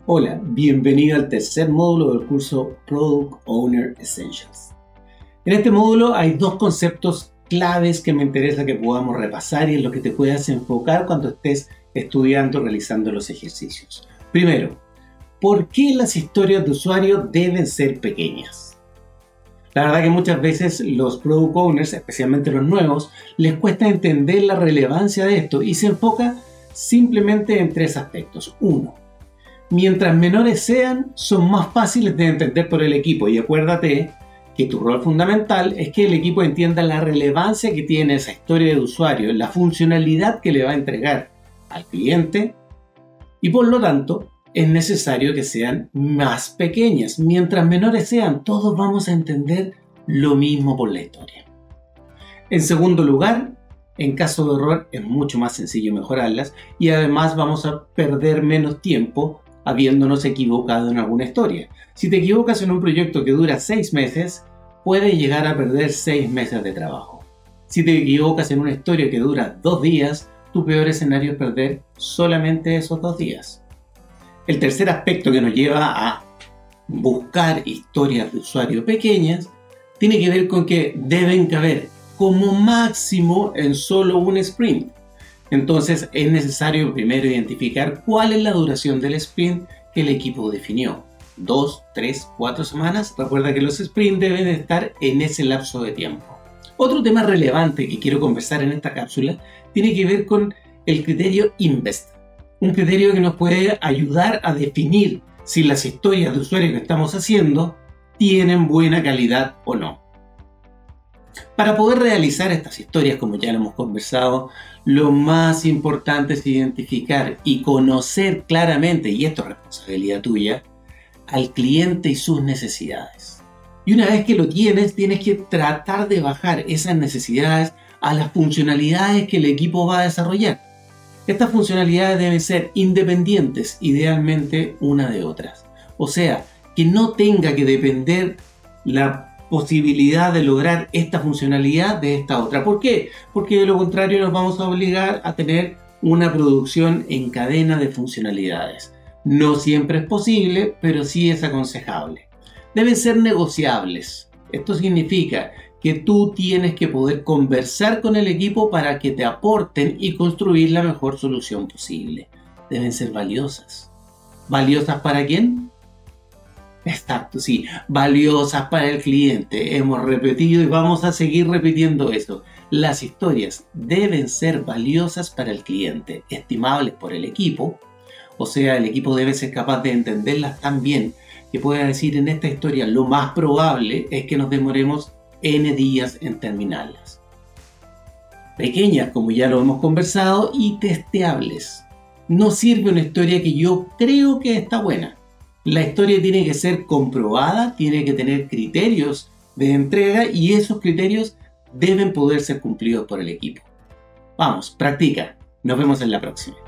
Hola, bienvenido al tercer módulo del curso Product Owner Essentials. En este módulo hay dos conceptos claves que me interesa que podamos repasar y en los que te puedas enfocar cuando estés estudiando, realizando los ejercicios. Primero, ¿por qué las historias de usuario deben ser pequeñas? La verdad que muchas veces los Product Owners, especialmente los nuevos, les cuesta entender la relevancia de esto y se enfoca simplemente en tres aspectos. Uno, mientras menores sean, son más fáciles de entender por el equipo y acuérdate que tu rol fundamental es que el equipo entienda la relevancia que tiene esa historia de usuario, la funcionalidad que le va a entregar al cliente y por lo tanto es necesario que sean más pequeñas. Mientras menores sean, todos vamos a entender lo mismo por la historia. En segundo lugar, en caso de error es mucho más sencillo mejorarlas y además vamos a perder menos tiempo habiéndonos equivocado en alguna historia. Si te equivocas en un proyecto que dura 6 meses, puedes llegar a perder 6 meses de trabajo. Si te equivocas en una historia que dura 2 días, tu peor escenario es perder solamente esos 2 días. El tercer aspecto que nos lleva a buscar historias de usuario pequeñas tiene que ver con que deben caber como máximo en solo un sprint. Entonces es necesario primero identificar cuál es la duración del sprint que el equipo definió. 2, 3, 4 semanas. Recuerda que los sprints deben estar en ese lapso de tiempo. Otro tema relevante que quiero conversar en esta cápsula tiene que ver con el criterio INVEST. Un criterio que nos puede ayudar a definir si las historias de usuario que estamos haciendo tienen buena calidad o no. Para poder realizar estas historias, como ya lo hemos conversado, lo más importante es identificar y conocer claramente, y esto es responsabilidad tuya, al cliente y sus necesidades. Y una vez que lo tienes que tratar de bajar esas necesidades a las funcionalidades que el equipo va a desarrollar. Estas funcionalidades deben ser independientes, idealmente una de otras. O sea, que no tenga que depender la posibilidad de lograr esta funcionalidad de esta otra. ¿Por qué? Porque de lo contrario nos vamos a obligar a tener una producción en cadena de funcionalidades. No siempre es posible, pero sí es aconsejable. Deben ser negociables. Esto significa que tú tienes que poder conversar con el equipo para que te aporten y construir la mejor solución posible. Deben ser valiosas. ¿Valiosas para quién? Exacto, sí, valiosas para el cliente. Hemos repetido y vamos a seguir repitiendo eso. Las historias deben ser valiosas para el cliente, estimables por el equipo. O sea, el equipo debe ser capaz de entenderlas tan bien que pueda decir en esta historia lo más probable es que nos demoremos N días en terminarlas. Pequeñas, como ya lo hemos conversado, y testeables. No sirve una historia que yo creo que está buena. La historia tiene que ser comprobada, tiene que tener criterios de entrega y esos criterios deben poder ser cumplidos por el equipo. Vamos, practica. Nos vemos en la próxima.